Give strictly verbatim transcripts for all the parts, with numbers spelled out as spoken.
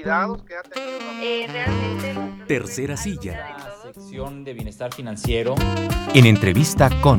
cuidados que ha tenido. Eh, realmente Tercera silla. La sección de bienestar financiero. En entrevista con...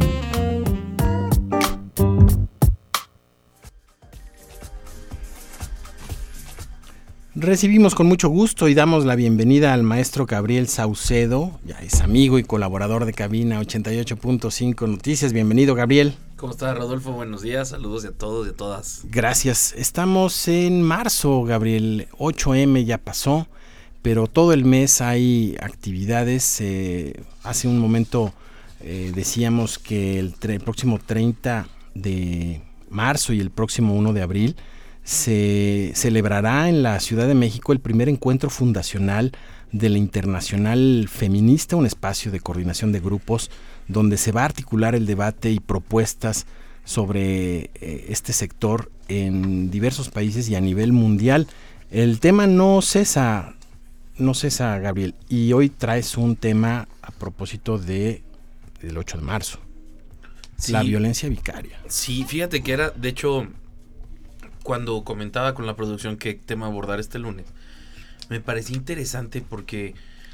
Recibimos con mucho gusto y damos la bienvenida al maestro Gabriel Saucedo, ya es amigo y colaborador de Cabina ochenta y ocho punto cinco Noticias. Bienvenido, Gabriel. ¿Cómo estás, Rodolfo? Buenos días, saludos a todos y a todas. Gracias. Estamos en marzo, Gabriel. ocho eme ya pasó, pero todo el mes hay actividades. Eh, hace un momento eh, decíamos que el, tre- el próximo treinta de marzo y el próximo primero de abril se celebrará en la Ciudad de México el primer encuentro fundacional de la Internacional Feminista, un espacio de coordinación de grupos donde se va a articular el debate y propuestas sobre eh, este sector en diversos países y a nivel mundial. El tema no cesa, no cesa, Gabriel, y hoy traes un tema a propósito de del ocho de marzo, Sí, la violencia vicaria. Sí, fíjate que era, de hecho, cuando comentaba con la producción qué tema abordar este lunes, me parecía interesante porque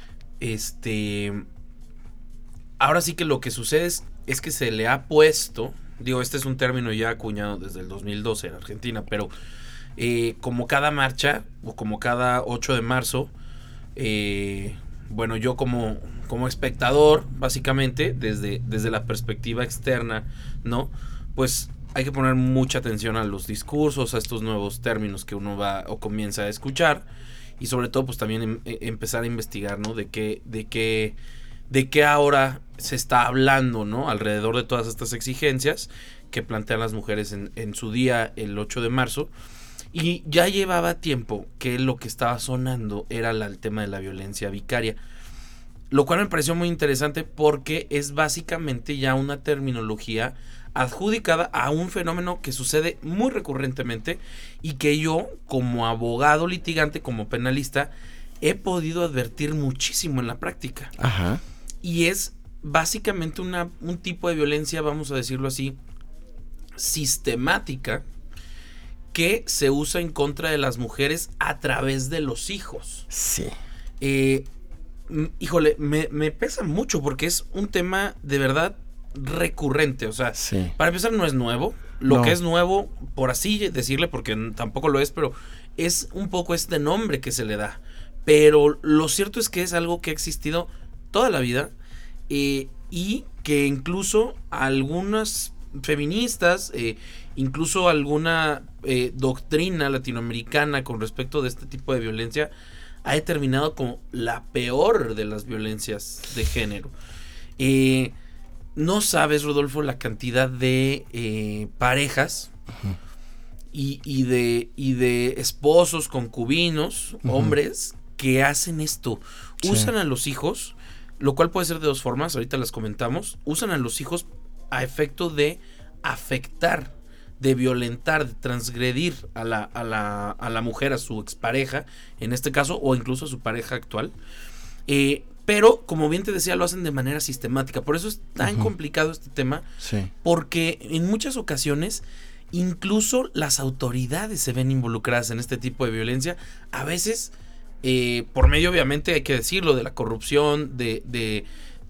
este ahora sí que lo que sucede es, es que se le ha puesto, digo, este es un término ya acuñado desde el dos mil doce en Argentina, pero eh, como cada marcha o como cada ocho de marzo, eh, bueno, yo como, como espectador, básicamente, desde, desde la perspectiva externa, ¿no? Pues hay que poner mucha atención a los discursos, a estos nuevos términos que uno va o comienza a escuchar, y sobre todo pues también em, empezar a investigar, ¿no? De qué, de qué, de qué ahora se está hablando, ¿no? Alrededor de todas estas exigencias que plantean las mujeres en, en su día el ocho de marzo. Y ya llevaba tiempo que lo que estaba sonando era la, el tema de la violencia vicaria, lo cual me pareció muy interesante porque es básicamente ya una terminología adjudicada a un fenómeno que sucede muy recurrentemente y que yo, como abogado litigante, como penalista, he podido advertir muchísimo en la práctica. Ajá. Y es básicamente una, un tipo de violencia, vamos a decirlo así, sistemática, que se usa en contra de las mujeres a través de los hijos. Sí. Eh, híjole, me, me pesa mucho porque es un tema de verdad recurrente, o sea, sí. Para empezar no es nuevo, lo no. que es nuevo, por así decirle, porque tampoco lo es, pero es un poco este nombre que se le da, pero lo cierto es que es algo que ha existido toda la vida, eh, y que incluso algunas feministas, eh, incluso alguna eh, doctrina latinoamericana con respecto de este tipo de violencia ha determinado como la peor de las violencias de género. eh, No sabes, Rodolfo, la cantidad de eh, parejas uh-huh. y, y, de, y de esposos, concubinos, uh-huh. hombres que hacen esto. Sí. Usan a los hijos, lo cual puede ser de dos formas, ahorita las comentamos. Usan a los hijos a efecto de afectar, de violentar, de transgredir a la, a la, a la mujer, a su expareja, en este caso, o incluso a su pareja actual. Eh... Pero, como bien te decía, lo hacen de manera sistemática. Por eso es tan uh-huh. complicado este tema. Sí. Porque en muchas ocasiones, incluso las autoridades se ven involucradas en este tipo de violencia. A veces, eh, por medio, obviamente, hay que decirlo, de la corrupción, de, de,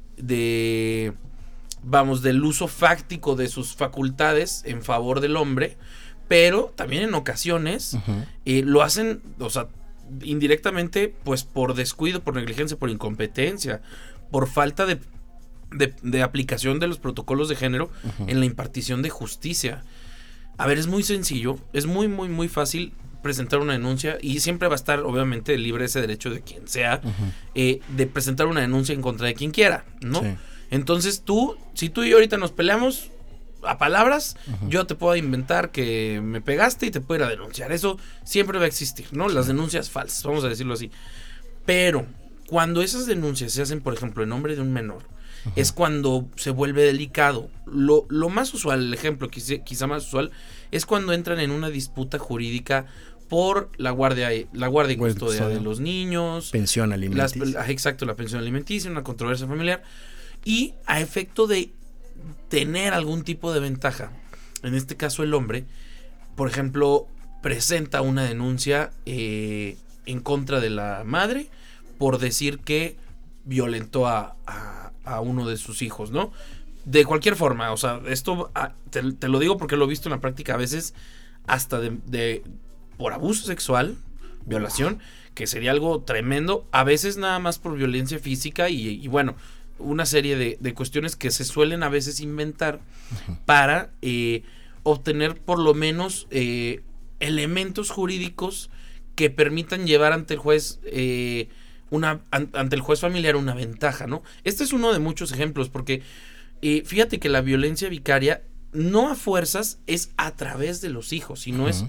de, vamos, del uso fáctico de sus facultades en favor del hombre. Pero también en ocasiones uh-huh. eh, lo hacen, o sea, indirectamente, pues por descuido, por negligencia, por incompetencia, por falta de, de, de aplicación de los protocolos de género uh-huh. en la impartición de justicia. A ver, es muy sencillo, es muy, muy, muy fácil presentar una denuncia y siempre va a estar, obviamente, libre ese derecho de quien sea, uh-huh. eh, de presentar una denuncia en contra de quien quiera, ¿no? Sí. Entonces tú, si tú y yo ahorita nos peleamos a palabras, uh-huh. yo te puedo inventar que me pegaste y te puedo ir a denunciar. Eso siempre va a existir, ¿no? Sí. Las denuncias falsas, vamos a decirlo así. Pero cuando esas denuncias se hacen, por ejemplo, en nombre de un menor, uh-huh. es cuando se vuelve delicado. Lo, lo más usual, el ejemplo quizá, quizá más usual, es cuando entran en una disputa jurídica por la guardia, la guardia y custodia de los niños, pensión alimenticia. Las, exacto, la pensión alimenticia, una controversia familiar, y a efecto de tener algún tipo de ventaja. En este caso el hombre, por ejemplo, presenta una denuncia eh, en contra de la madre por decir que violentó a, a, a uno de sus hijos, ¿no? De cualquier forma, o sea, esto te, te lo digo porque lo he visto en la práctica a veces hasta de, de por abuso sexual, violación, que sería algo tremendo, a veces nada más por violencia física y, y bueno, una serie de, de cuestiones que se suelen a veces inventar uh-huh. para eh, obtener por lo menos eh, elementos jurídicos que permitan llevar ante el juez eh, una an, ante el juez familiar una ventaja, ¿no? Este es uno de muchos ejemplos porque eh, fíjate que la violencia vicaria no a fuerzas es a través de los hijos, sino uh-huh. es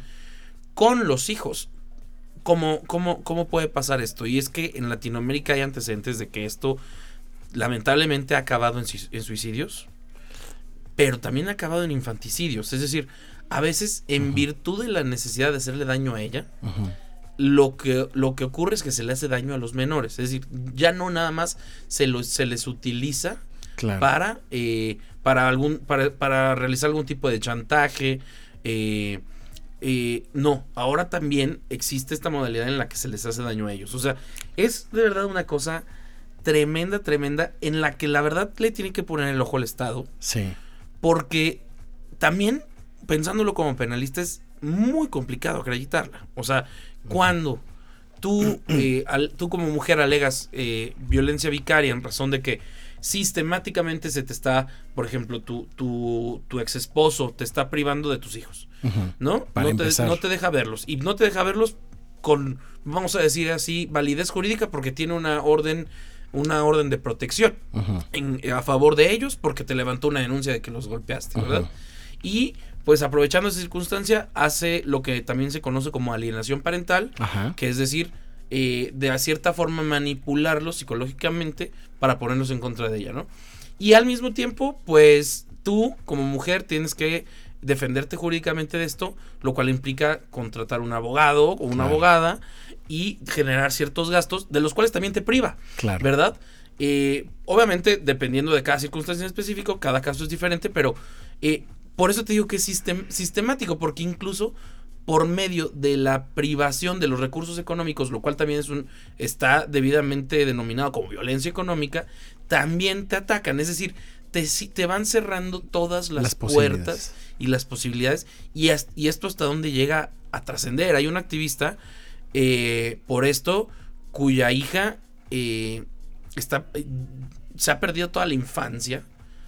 con los hijos. ¿Cómo, cómo, ¿Cómo puede pasar esto? Y es que en Latinoamérica hay antecedentes de que esto lamentablemente ha acabado en, en suicidios, pero también ha acabado en infanticidios. Es decir, a veces en uh-huh. virtud de la necesidad de hacerle daño a ella, uh-huh. lo que lo que ocurre es que se le hace daño a los menores. Es decir, ya no nada más se, lo, se les utiliza claro. para, eh, para, algún, para, para realizar algún tipo de chantaje. Eh, eh, no, ahora también existe esta modalidad en la que se les hace daño a ellos. O sea, es de verdad una cosa tremenda, tremenda, en la que la verdad le tiene que poner el ojo al Estado. Sí. Porque también, pensándolo como penalista, es muy complicado acreditarla. O sea, cuando tú, eh, al, tú como mujer alegas eh, violencia vicaria en razón de que sistemáticamente se te está, por ejemplo, tu, tu, tu ex esposo te está privando de tus hijos, uh-huh. ¿no? Para no, te, no te deja verlos. Y no te deja verlos con, vamos a decir así, validez jurídica porque tiene una orden... una orden de protección uh-huh. en, a favor de ellos porque te levantó una denuncia de que los golpeaste, ¿verdad? Uh-huh. Y pues aprovechando esa circunstancia hace lo que también se conoce como alienación parental, uh-huh. que es decir, eh, de a cierta forma manipularlos psicológicamente para ponerlos en contra de ella, ¿no? Y al mismo tiempo, pues tú como mujer tienes que defenderte jurídicamente de esto, lo cual implica contratar un abogado o una claro. abogada y generar ciertos gastos de los cuales también te priva, claro. ¿verdad? Eh, obviamente, dependiendo de cada circunstancia en específico, cada caso es diferente, pero eh, por eso te digo que es sistem- sistemático, porque incluso por medio de la privación de los recursos económicos, lo cual también es un está debidamente denominado como violencia económica, también te atacan, es decir, te, te van cerrando todas las, las puertas y las posibilidades, y, as, y esto hasta dónde llega a trascender. Hay un activista Eh, por esto, cuya hija eh, está eh, se ha perdido toda la infancia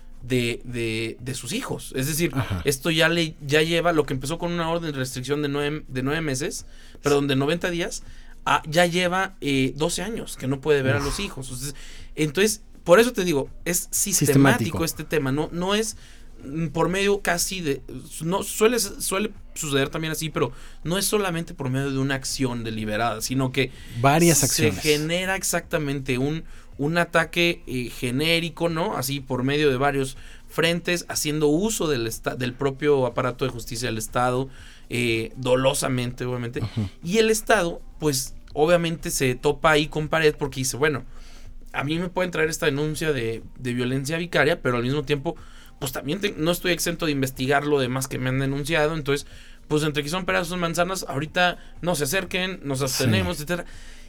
de, de, de sus hijos. Es decir, Ajá. esto ya le ya lleva lo que empezó con una orden de restricción de nueve, de nueve meses, perdón, de noventa días, a, ya lleva eh, doce años que no puede ver Uf. a los hijos. Entonces, entonces, por eso te digo, es sistemático, sistemático. este tema, no, no es por medio casi de, no suele suele suceder también así, pero no es solamente por medio de una acción deliberada, sino que varias acciones. Se genera exactamente un un ataque eh, genérico, ¿no? Así por medio de varios frentes, haciendo uso del esta- del propio aparato de justicia del Estado, eh, dolosamente, obviamente. Uh-huh. Y el Estado, pues, obviamente se topa ahí con pared porque dice, bueno, a mí me pueden traer esta denuncia de, de violencia vicaria, pero al mismo tiempo pues también te, no estoy exento de investigar lo demás que me han denunciado, entonces, pues entre que son peras son manzanas, ahorita no se acerquen, nos abstenemos, sí. etcétera.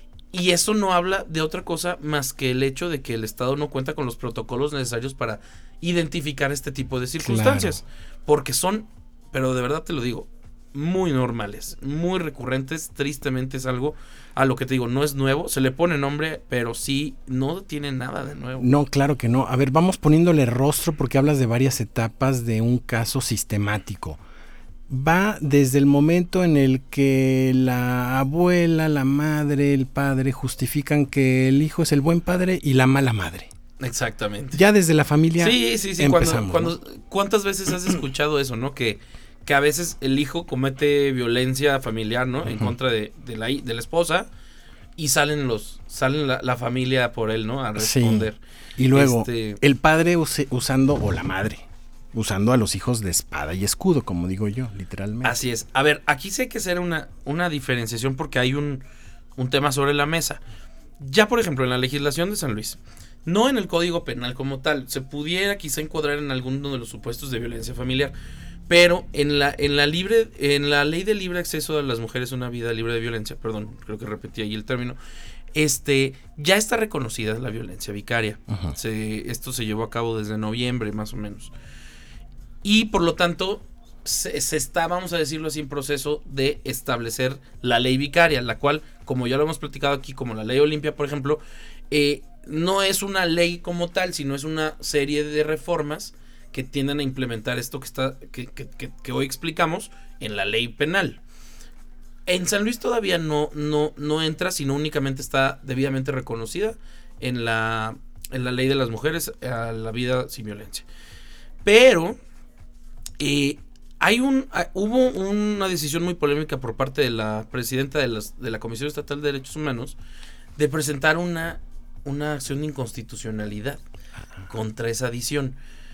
Y eso no habla de otra cosa más que el hecho de que el Estado no cuenta con los protocolos necesarios para identificar este tipo de circunstancias, claro. porque son, pero de verdad te lo digo, muy normales, muy recurrentes, tristemente es algo a lo que te digo, no es nuevo, se le pone nombre, pero sí, no tiene nada de nuevo. No, claro que no. A ver, vamos poniéndole rostro porque hablas de varias etapas de un caso sistemático. Va desde el momento en el que la abuela, la madre, el padre justifican que el hijo es el buen padre y la mala madre. Exactamente. Ya desde la familia sí, sí, sí, empezamos. Cuando, cuando, ¿no? ¿Cuántas veces has escuchado eso, no? Que que a veces el hijo comete violencia familiar, ¿no? Uh-huh. En contra de, de, la, de la esposa y salen los salen la, la familia por él, ¿no? A responder. Sí. Y luego este... el padre us- usando, o la madre, usando a los hijos de espada y escudo, como digo yo, literalmente. Así es. A ver, aquí sí hay que hacer una, una diferenciación porque hay un, un tema sobre la mesa. Ya, por ejemplo, en la legislación de San Luis, no en el Código Penal como tal, se pudiera quizá encuadrar en alguno de los supuestos de violencia familiar, Pero en la en la libre en la ley de libre acceso de las mujeres a una vida libre de violencia, perdón, creo que repetí ahí el término, este ya está reconocida la violencia vicaria. Uh-huh. Se, esto se llevó a cabo desde noviembre más o menos. Y por lo tanto se, se está, vamos a decirlo así, en proceso de establecer la ley vicaria, la cual, como ya lo hemos platicado aquí, como la ley Olimpia, por ejemplo, eh, no es una ley como tal, sino es una serie de reformas que tienden a implementar esto que está que, que, que, que hoy explicamos en la ley penal. En San Luis todavía no, no, no entra, sino únicamente está debidamente reconocida en la, en la ley de las mujeres a la vida sin violencia. Pero eh, hay un hubo una decisión muy polémica por parte de la presidenta de, las, de la Comisión Estatal de Derechos Humanos de presentar una, una acción de inconstitucionalidad contra esa adición.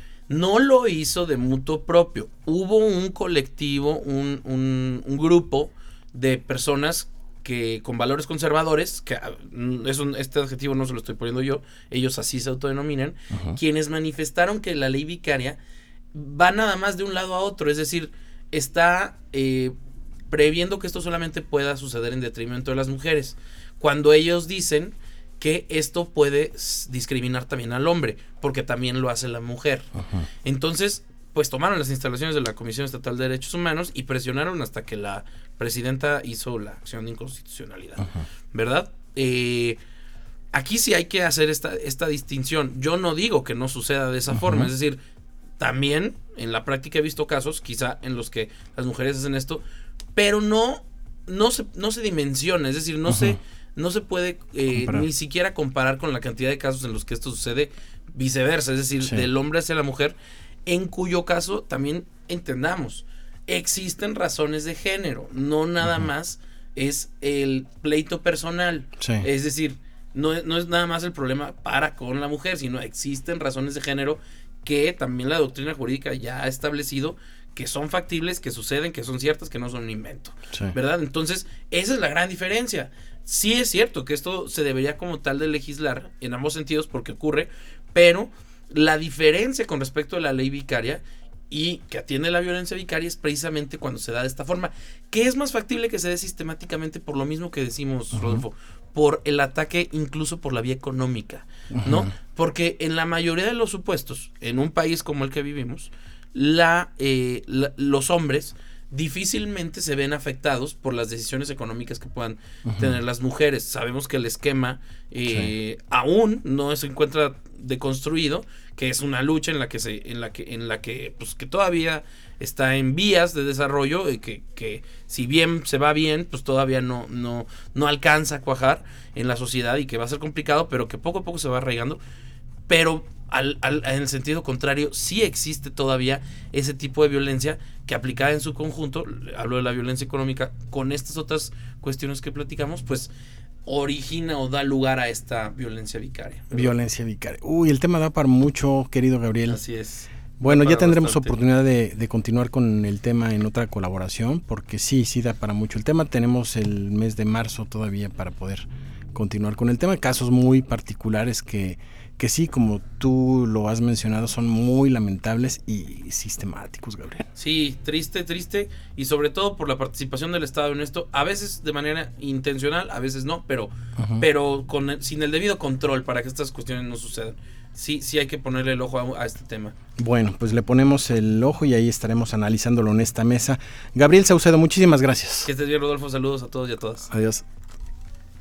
No lo hizo de mutuo propio. Hubo un colectivo, un, un, un grupo de personas que con valores conservadores, que es un, este adjetivo no se lo estoy poniendo yo, ellos así se autodenominan, uh-huh. quienes manifestaron que la ley vicaria va nada más de un lado a otro, es decir, está eh, previendo que esto solamente pueda suceder en detrimento de las mujeres, cuando ellos dicen que esto puede discriminar también al hombre, porque también lo hace la mujer. Uh-huh. Entonces, pues tomaron las instalaciones de la Comisión Estatal de Derechos Humanos y presionaron hasta que la presidenta hizo la acción de inconstitucionalidad, uh-huh. ¿verdad? Eh, aquí sí hay que hacer esta, esta distinción. Yo no digo que no suceda de esa uh-huh. forma, es decir, también en la práctica he visto casos, quizá en los que las mujeres hacen esto, pero no, no se, no se dimensiona, es decir, no uh-huh. se no se puede eh, ni siquiera comparar con la cantidad de casos en los que esto sucede viceversa, es decir, sí. del hombre hacia la mujer, en cuyo caso también entendamos, existen razones de género, no nada uh-huh. más es el pleito personal, sí. es decir, no, no es nada más el problema para con la mujer, sino existen razones de género que también la doctrina jurídica ya ha establecido que son factibles, que suceden, que son ciertas, que no son un invento, sí. ¿verdad? Entonces, esa es la gran diferencia. Sí es cierto que esto se debería como tal de legislar en ambos sentidos porque ocurre, pero la diferencia con respecto a la ley vicaria y que atiende la violencia vicaria es precisamente cuando se da de esta forma, que es más factible que se dé sistemáticamente por lo mismo que decimos, uh-huh. Rodolfo, por el ataque incluso por la vía económica, uh-huh. ¿no? Porque en la mayoría de los supuestos, en un país como el que vivimos, la, eh, la los hombres difícilmente se ven afectados por las decisiones económicas que puedan uh-huh. tener las mujeres. Sabemos que el esquema eh, sí. aún no se encuentra deconstruido, que es una lucha en la que se, en la que, en la que, pues, que todavía está en vías de desarrollo y que, que si bien se va bien, pues todavía no, no, no alcanza a cuajar en la sociedad y que va a ser complicado, pero que poco a poco se va arraigando. Pero al, al, en el sentido contrario, sí existe todavía ese tipo de violencia que aplicada en su conjunto, hablo de la violencia económica, con estas otras cuestiones que platicamos, pues origina o da lugar a esta violencia vicaria, ¿verdad? Violencia vicaria. Uy, el tema da para mucho, querido Gabriel. Así es. Bueno, ya tendremos bastante oportunidad de, de continuar con el tema en otra colaboración, porque sí, sí da para mucho el tema. Tenemos el mes de marzo todavía para poder continuar con el tema. Casos muy particulares que, que sí, como tú lo has mencionado, son muy lamentables y sistemáticos, Gabriel. Sí, triste, triste, y sobre todo por la participación del Estado en esto, a veces de manera intencional, a veces no, pero, uh-huh. pero con el, sin el debido control para que estas cuestiones no sucedan. Sí, sí hay que ponerle el ojo a, a este tema. Bueno, pues le ponemos el ojo y ahí estaremos analizándolo en esta mesa. Gabriel Saucedo, muchísimas gracias. Que estés bien, Rodolfo. Saludos a todos y a todas. Adiós.